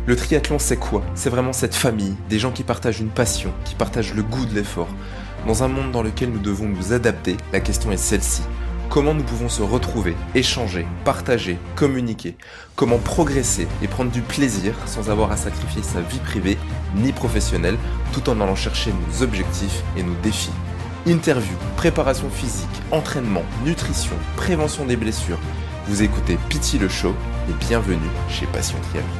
Le triathlon, c'est quoi? C'est vraiment cette famille, des gens qui partagent une passion, qui partagent le goût de l'effort. Dans un monde dans lequel nous devons nous adapter, la question est celle-ci. Comment nous pouvons se retrouver, échanger, partager, communiquer? Comment progresser et prendre du plaisir sans avoir à sacrifier sa vie privée ni professionnelle, tout en allant chercher nos objectifs et nos défis? Interview, préparation physique, entraînement, nutrition, prévention des blessures. Vous écoutez Pity le Show et bienvenue chez Passion Triathlon.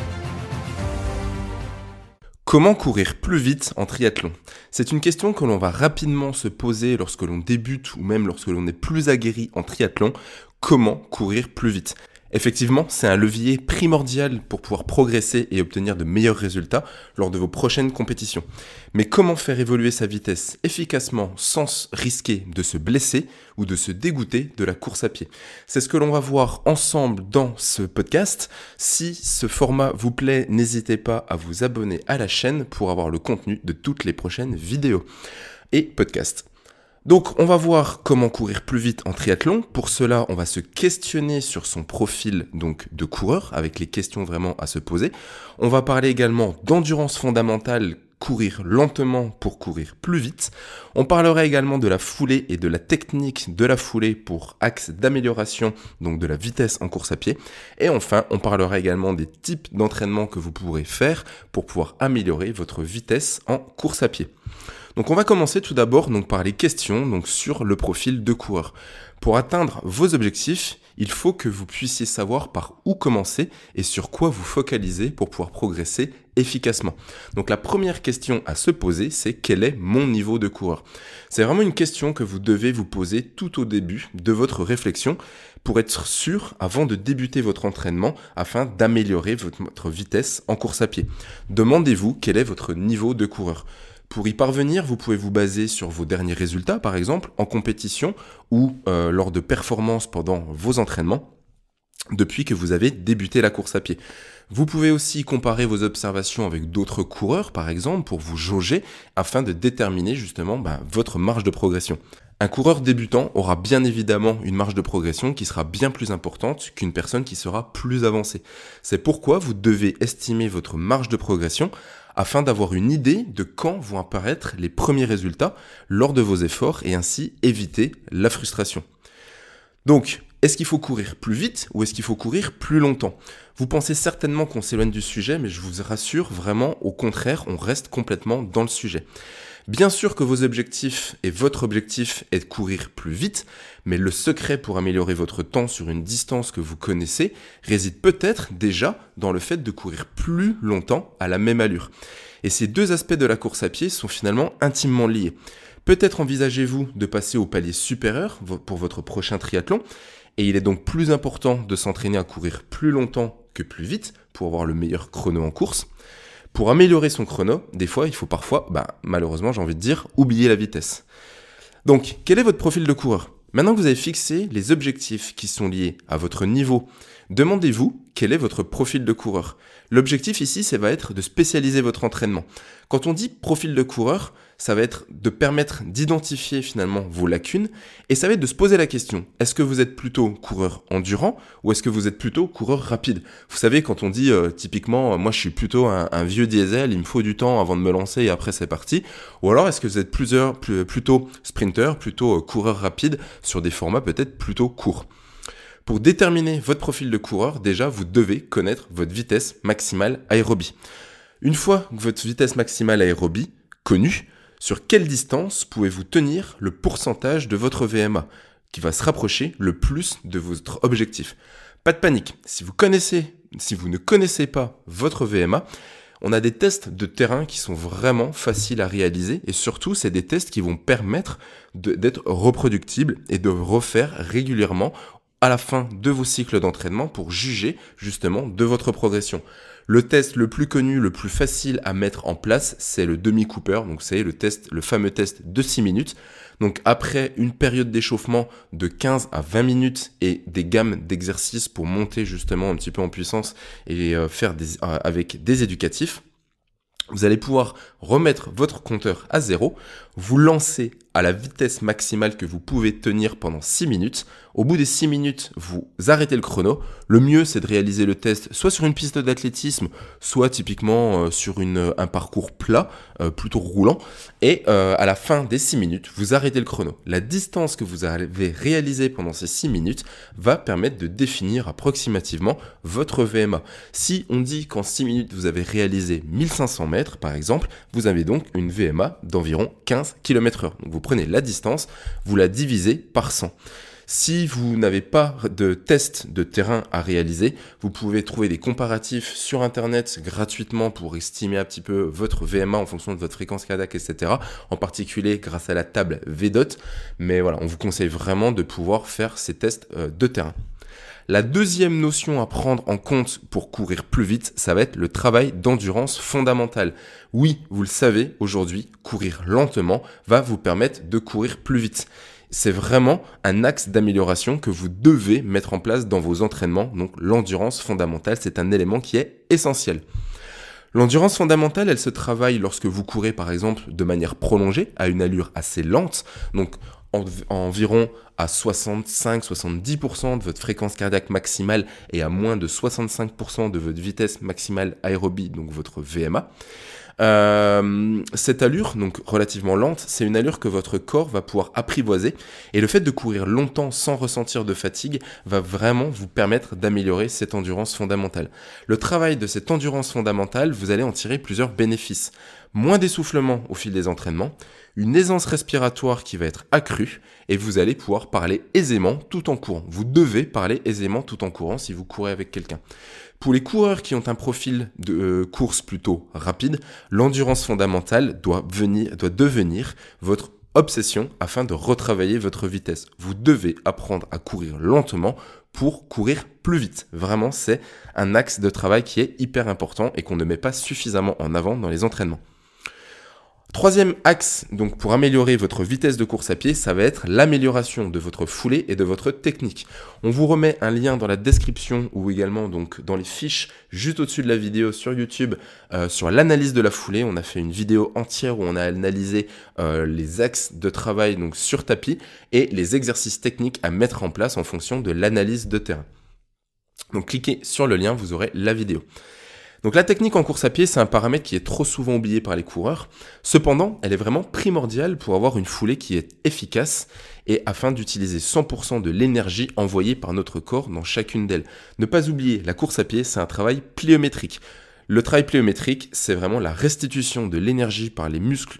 Comment courir plus vite en triathlon? C'est une question que l'on va rapidement se poser lorsque l'on débute ou même lorsque l'on est plus aguerri en triathlon. Comment courir plus vite? Effectivement, c'est un levier primordial pour pouvoir progresser et obtenir de meilleurs résultats lors de vos prochaines compétitions. Mais comment faire évoluer sa vitesse efficacement sans risquer de se blesser ou de se dégoûter de la course à pied? C'est ce que l'on va voir ensemble dans ce podcast. Si ce format vous plaît, n'hésitez pas à vous abonner à la chaîne pour avoir le contenu de toutes les prochaines vidéos et podcasts. Donc on va voir comment courir plus vite en triathlon. Pour cela, on va se questionner sur son profil donc de coureur avec les questions vraiment à se poser. On va parler également d'endurance fondamentale, courir lentement pour courir plus vite. On parlera également de la foulée et de la technique de la foulée pour axe d'amélioration, donc de la vitesse en course à pied. Et enfin, on parlera également des types d'entraînement que vous pourrez faire pour pouvoir améliorer votre vitesse en course à pied. Donc on va commencer tout d'abord par les questions sur le profil de coureur. Pour atteindre vos objectifs, il faut que vous puissiez savoir par où commencer et sur quoi vous focaliser pour pouvoir progresser efficacement. Donc la première question à se poser, c'est quel est mon niveau de coureur? C'est vraiment une question que vous devez vous poser tout au début de votre réflexion pour être sûr avant de débuter votre entraînement afin d'améliorer votre vitesse en course à pied. Demandez-vous quel est votre niveau de coureur. Pour y parvenir, vous pouvez vous baser sur vos derniers résultats, par exemple, en compétition ou lors de performances pendant vos entraînements, depuis que vous avez débuté la course à pied. Vous pouvez aussi comparer vos observations avec d'autres coureurs, par exemple, pour vous jauger, afin de déterminer justement votre marge de progression. Un coureur débutant aura bien évidemment une marge de progression qui sera bien plus importante qu'une personne qui sera plus avancée. C'est pourquoi vous devez estimer votre marge de progression afin d'avoir une idée de quand vont apparaître les premiers résultats lors de vos efforts et ainsi éviter la frustration. Donc, est-ce qu'il faut courir plus vite ou est-ce qu'il faut courir plus longtemps? Vous pensez certainement qu'on s'éloigne du sujet, mais je vous rassure, vraiment, au contraire, on reste complètement dans le sujet. Bien sûr que vos objectifs et votre objectif est de courir plus vite, mais le secret pour améliorer votre temps sur une distance que vous connaissez réside peut-être déjà dans le fait de courir plus longtemps à la même allure. Et ces deux aspects de la course à pied sont finalement intimement liés. Peut-être envisagez-vous de passer au palier supérieur pour votre prochain triathlon, et il est donc plus important de s'entraîner à courir plus longtemps que plus vite pour avoir le meilleur chrono en course. Pour améliorer son chrono, des fois, il faut parfois, malheureusement, j'ai envie de dire, oublier la vitesse. Donc, quel est votre profil de coureur? Maintenant que vous avez fixé les objectifs qui sont liés à votre niveau, demandez-vous quel est votre profil de coureur. L'objectif ici, ça va être de spécialiser votre entraînement. Quand on dit profil de coureur, ça va être de permettre d'identifier finalement vos lacunes et ça va être de se poser la question, est-ce que vous êtes plutôt coureur endurant ou est-ce que vous êtes plutôt coureur rapide? Vous savez, quand on dit typiquement, moi je suis plutôt un vieux diesel, il me faut du temps avant de me lancer et après c'est parti. Ou alors est-ce que vous êtes plutôt sprinter, plutôt coureur rapide sur des formats peut-être plutôt courts? Pour déterminer votre profil de coureur, déjà vous devez connaître votre vitesse maximale aérobie. Une fois que votre vitesse maximale aérobie connue, sur quelle distance pouvez-vous tenir le pourcentage de votre VMA qui va se rapprocher le plus de votre objectif? Pas de panique, si vous ne connaissez pas votre VMA, on a des tests de terrain qui sont vraiment faciles à réaliser et surtout c'est des tests qui vont permettre d'être reproductibles et de refaire régulièrement à la fin de vos cycles d'entraînement pour juger justement de votre progression. Le test le plus connu, le plus facile à mettre en place, c'est le demi-Cooper. Donc c'est le fameux test de 6 minutes. Donc après une période d'échauffement de 15 à 20 minutes et des gammes d'exercices pour monter justement un petit peu en puissance et faire avec des éducatifs, vous allez pouvoir remettre votre compteur à zéro, vous lancer à la vitesse maximale que vous pouvez tenir pendant 6 minutes. Au bout des 6 minutes, vous arrêtez le chrono. Le mieux, c'est de réaliser le test soit sur une piste d'athlétisme, soit typiquement sur un parcours plat, plutôt roulant. Et à la fin des 6 minutes, vous arrêtez le chrono. La distance que vous avez réalisée pendant ces 6 minutes va permettre de définir approximativement votre VMA. Si on dit qu'en 6 minutes, vous avez réalisé 1500 mètres, par exemple, vous avez donc une VMA d'environ 15 km/h. Donc vous prenez la distance, vous la divisez par 100. Si vous n'avez pas de test de terrain à réaliser, vous pouvez trouver des comparatifs sur Internet gratuitement pour estimer un petit peu votre VMA en fonction de votre fréquence cardiaque, etc. En particulier grâce à la table VDOT. Mais voilà, on vous conseille vraiment de pouvoir faire ces tests de terrain. La deuxième notion à prendre en compte pour courir plus vite, ça va être le travail d'endurance fondamentale. Oui, vous le savez, aujourd'hui, courir lentement va vous permettre de courir plus vite. C'est vraiment un axe d'amélioration que vous devez mettre en place dans vos entraînements. Donc l'endurance fondamentale, c'est un élément qui est essentiel. L'endurance fondamentale, elle se travaille lorsque vous courez par exemple de manière prolongée, à une allure assez lente, donc environ à 65-70% de votre fréquence cardiaque maximale et à moins de 65% de votre vitesse maximale aérobie, donc votre VMA. Cette allure, donc relativement lente, c'est une allure que votre corps va pouvoir apprivoiser et le fait de courir longtemps sans ressentir de fatigue va vraiment vous permettre d'améliorer cette endurance fondamentale. Le travail de cette endurance fondamentale, vous allez en tirer plusieurs bénéfices. Moins d'essoufflement au fil des entraînements, une aisance respiratoire qui va être accrue et vous allez pouvoir parler aisément tout en courant. Vous devez parler aisément tout en courant si vous courez avec quelqu'un. Pour les coureurs qui ont un profil de course plutôt rapide, l'endurance fondamentale doit devenir votre obsession afin de retravailler votre vitesse. Vous devez apprendre à courir lentement pour courir plus vite. Vraiment, c'est un axe de travail qui est hyper important et qu'on ne met pas suffisamment en avant dans les entraînements. Troisième axe, donc pour améliorer votre vitesse de course à pied, ça va être l'amélioration de votre foulée et de votre technique. On vous remet un lien dans la description ou également donc dans les fiches juste au-dessus de la vidéo sur YouTube sur l'analyse de la foulée. On a fait une vidéo entière où on a analysé les axes de travail donc sur tapis et les exercices techniques à mettre en place en fonction de l'analyse de terrain. Donc cliquez sur le lien, vous aurez la vidéo. Donc la technique en course à pied, c'est un paramètre qui est trop souvent oublié par les coureurs. Cependant, elle est vraiment primordiale pour avoir une foulée qui est efficace et afin d'utiliser 100% de l'énergie envoyée par notre corps dans chacune d'elles. Ne pas oublier, la course à pied, c'est un travail pliométrique. Le travail pliométrique, c'est vraiment la restitution de l'énergie par les muscles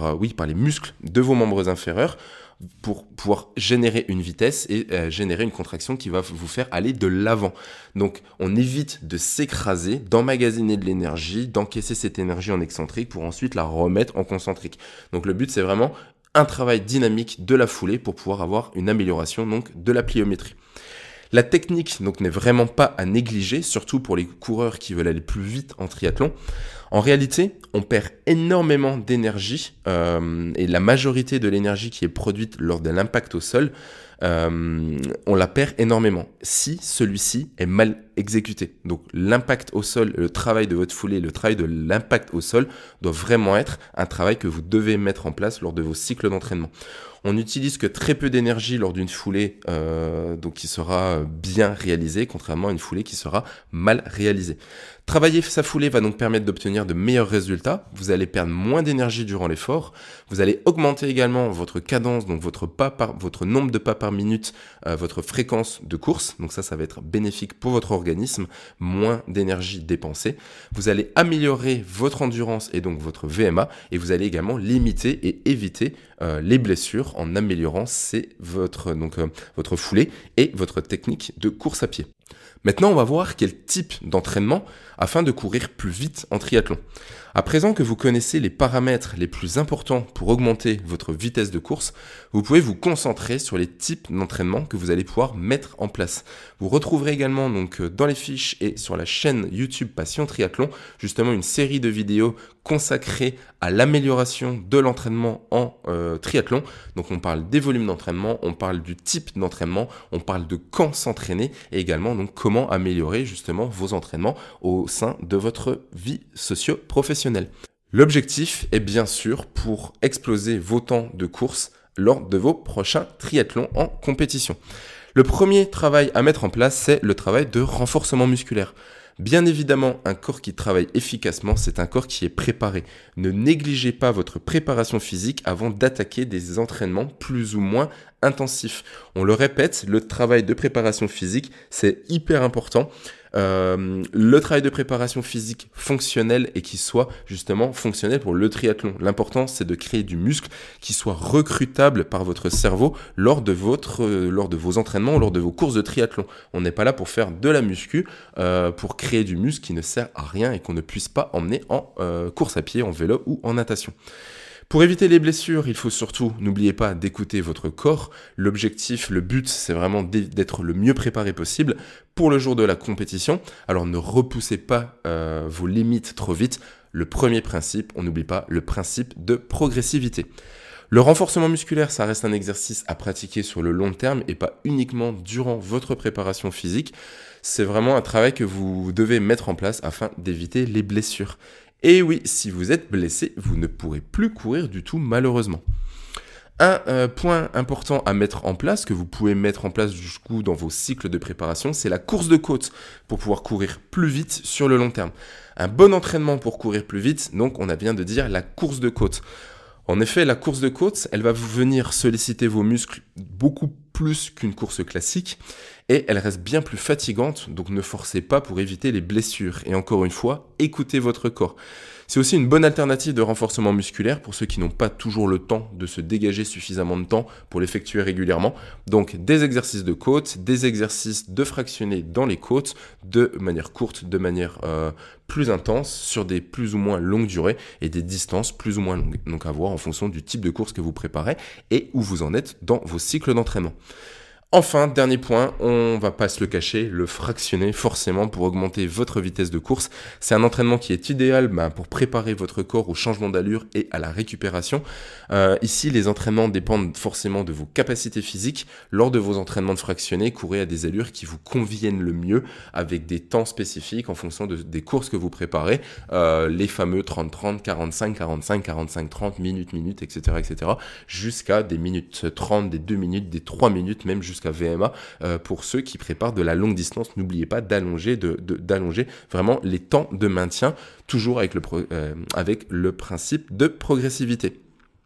de vos membres inférieurs pour pouvoir générer une vitesse et générer une contraction qui va vous faire aller de l'avant. Donc, on évite de s'écraser, d'emmagasiner de l'énergie, d'encaisser cette énergie en excentrique pour ensuite la remettre en concentrique. Donc, le but, c'est vraiment un travail dynamique de la foulée pour pouvoir avoir une amélioration donc, de la pliométrie. La technique donc n'est vraiment pas à négliger, surtout pour les coureurs qui veulent aller plus vite en triathlon. En réalité, on perd énormément d'énergie et la majorité de l'énergie qui est produite lors de l'impact au sol, on la perd énormément si celui-ci est mal exécuté. Donc l'impact au sol, le travail de votre foulée, le travail de l'impact au sol doit vraiment être un travail que vous devez mettre en place lors de vos cycles d'entraînement. On n'utilise que très peu d'énergie lors d'une foulée donc qui sera bien réalisée, contrairement à une foulée qui sera mal réalisée. Travailler sa foulée va donc permettre d'obtenir de meilleurs résultats. Vous allez perdre moins d'énergie durant l'effort. Vous allez augmenter également votre cadence, donc votre nombre de pas par minute, votre fréquence de course. Donc ça va être bénéfique pour votre organisme. Moins d'énergie dépensée. Vous allez améliorer votre endurance et donc votre VMA. Et vous allez également limiter et éviter les blessures en améliorant votre foulée et votre technique de course à pied. Maintenant, on va voir quel type d'entraînement afin de courir plus vite en triathlon. À présent que vous connaissez les paramètres les plus importants pour augmenter votre vitesse de course, vous pouvez vous concentrer sur les types d'entraînement que vous allez pouvoir mettre en place. Vous retrouverez également donc dans les fiches et sur la chaîne YouTube Passion Triathlon justement une série de vidéos consacrées à l'amélioration de l'entraînement en triathlon. Donc on parle des volumes d'entraînement, on parle du type d'entraînement, on parle de quand s'entraîner et également donc comment améliorer justement vos entraînements au sein de votre vie socio-professionnelle. L'objectif est bien sûr pour exploser vos temps de course lors de vos prochains triathlons en compétition. Le premier travail à mettre en place, c'est le travail de renforcement musculaire. Bien évidemment, un corps qui travaille efficacement, c'est un corps qui est préparé. Ne négligez pas votre préparation physique avant d'attaquer des entraînements plus ou moins intensifs. On le répète, le travail de préparation physique, c'est hyper important. Le travail de préparation physique fonctionnel et qui soit justement fonctionnel pour le triathlon. L'important, c'est de créer du muscle qui soit recrutable par votre cerveau lors de vos entraînements ou lors de vos courses de triathlon. On n'est pas là pour faire de la muscu, pour créer du muscle qui ne sert à rien et qu'on ne puisse pas emmener en course à pied, en vélo ou en natation. Pour éviter les blessures, il faut surtout, n'oubliez pas d'écouter votre corps. L'objectif, le but, c'est vraiment d'être le mieux préparé possible pour le jour de la compétition. Alors ne repoussez pas vos limites trop vite. Le premier principe, on n'oublie pas le principe de progressivité. Le renforcement musculaire, ça reste un exercice à pratiquer sur le long terme et pas uniquement durant votre préparation physique. C'est vraiment un travail que vous devez mettre en place afin d'éviter les blessures. Et oui, si vous êtes blessé, vous ne pourrez plus courir du tout malheureusement. Un point important à mettre en place, que vous pouvez mettre en place du coup dans vos cycles de préparation, c'est la course de côte pour pouvoir courir plus vite sur le long terme. Un bon entraînement pour courir plus vite, donc on a bien de dire la course de côte. En effet, la course de côte, elle va venir solliciter vos muscles beaucoup plus qu'une course classique et elle reste bien plus fatigante, donc ne forcez pas pour éviter les blessures. Et encore une fois, écoutez votre corps. C'est aussi une bonne alternative de renforcement musculaire pour ceux qui n'ont pas toujours le temps de se dégager suffisamment de temps pour l'effectuer régulièrement. Donc des exercices de côte, des exercices de fractionnés dans les côtes de manière courte, de manière plus intense, sur des plus ou moins longues durées et des distances plus ou moins longues. Donc à voir en fonction du type de course que vous préparez et où vous en êtes dans vos cycles d'entraînement. Enfin, dernier point, on va pas se le cacher, le fractionner forcément pour augmenter votre vitesse de course. C'est un entraînement qui est idéal pour préparer votre corps au changement d'allure et à la récupération. Ici, les entraînements dépendent forcément de vos capacités physiques. Lors de vos entraînements de fractionnés, courez à des allures qui vous conviennent le mieux avec des temps spécifiques en fonction des courses que vous préparez. Les fameux 30-30, 45-45, 45-30, minutes, etc., jusqu'à des minutes 30, des 2 minutes, des 3 minutes, même jusqu'à VMA, pour ceux qui préparent de la longue distance. N'oubliez pas d'allonger vraiment les temps de maintien, toujours avec le principe de progressivité.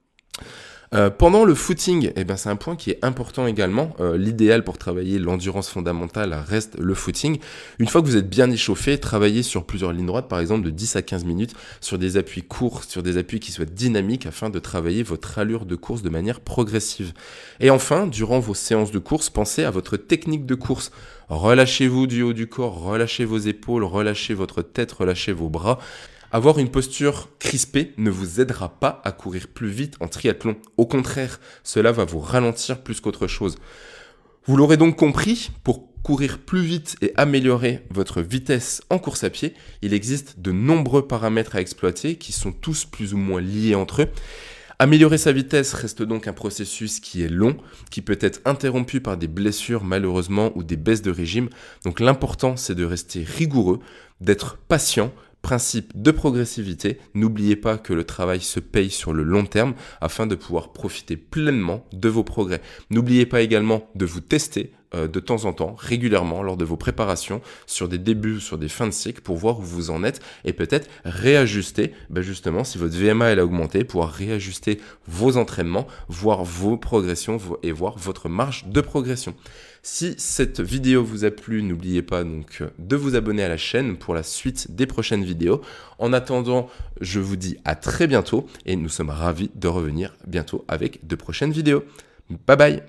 Pendant le footing, c'est un point qui est important également. L'idéal pour travailler l'endurance fondamentale reste le footing. Une fois que vous êtes bien échauffé, travaillez sur plusieurs lignes droites, par exemple de 10 à 15 minutes, sur des appuis courts, sur des appuis qui soient dynamiques afin de travailler votre allure de course de manière progressive. Et enfin, durant vos séances de course, pensez à votre technique de course. Relâchez-vous du haut du corps, relâchez vos épaules, relâchez votre tête, relâchez vos bras. Avoir une posture crispée ne vous aidera pas à courir plus vite en triathlon. Au contraire, cela va vous ralentir plus qu'autre chose. Vous l'aurez donc compris, pour courir plus vite et améliorer votre vitesse en course à pied, il existe de nombreux paramètres à exploiter qui sont tous plus ou moins liés entre eux. Améliorer sa vitesse reste donc un processus qui est long, qui peut être interrompu par des blessures malheureusement ou des baisses de régime. Donc l'important, c'est de rester rigoureux, d'être patient. Principe de progressivité, n'oubliez pas que le travail se paye sur le long terme afin de pouvoir profiter pleinement de vos progrès. N'oubliez pas également de vous tester de temps en temps, régulièrement, lors de vos préparations, sur des débuts, sur des fins de cycle, pour voir où vous en êtes et peut-être réajuster, justement, si votre VMA elle a augmenté, pouvoir réajuster vos entraînements, voir vos progressions et voir votre marge de progression. Si cette vidéo vous a plu, n'oubliez pas donc de vous abonner à la chaîne pour la suite des prochaines vidéos. En attendant, je vous dis à très bientôt et nous sommes ravis de revenir bientôt avec de prochaines vidéos. Bye bye!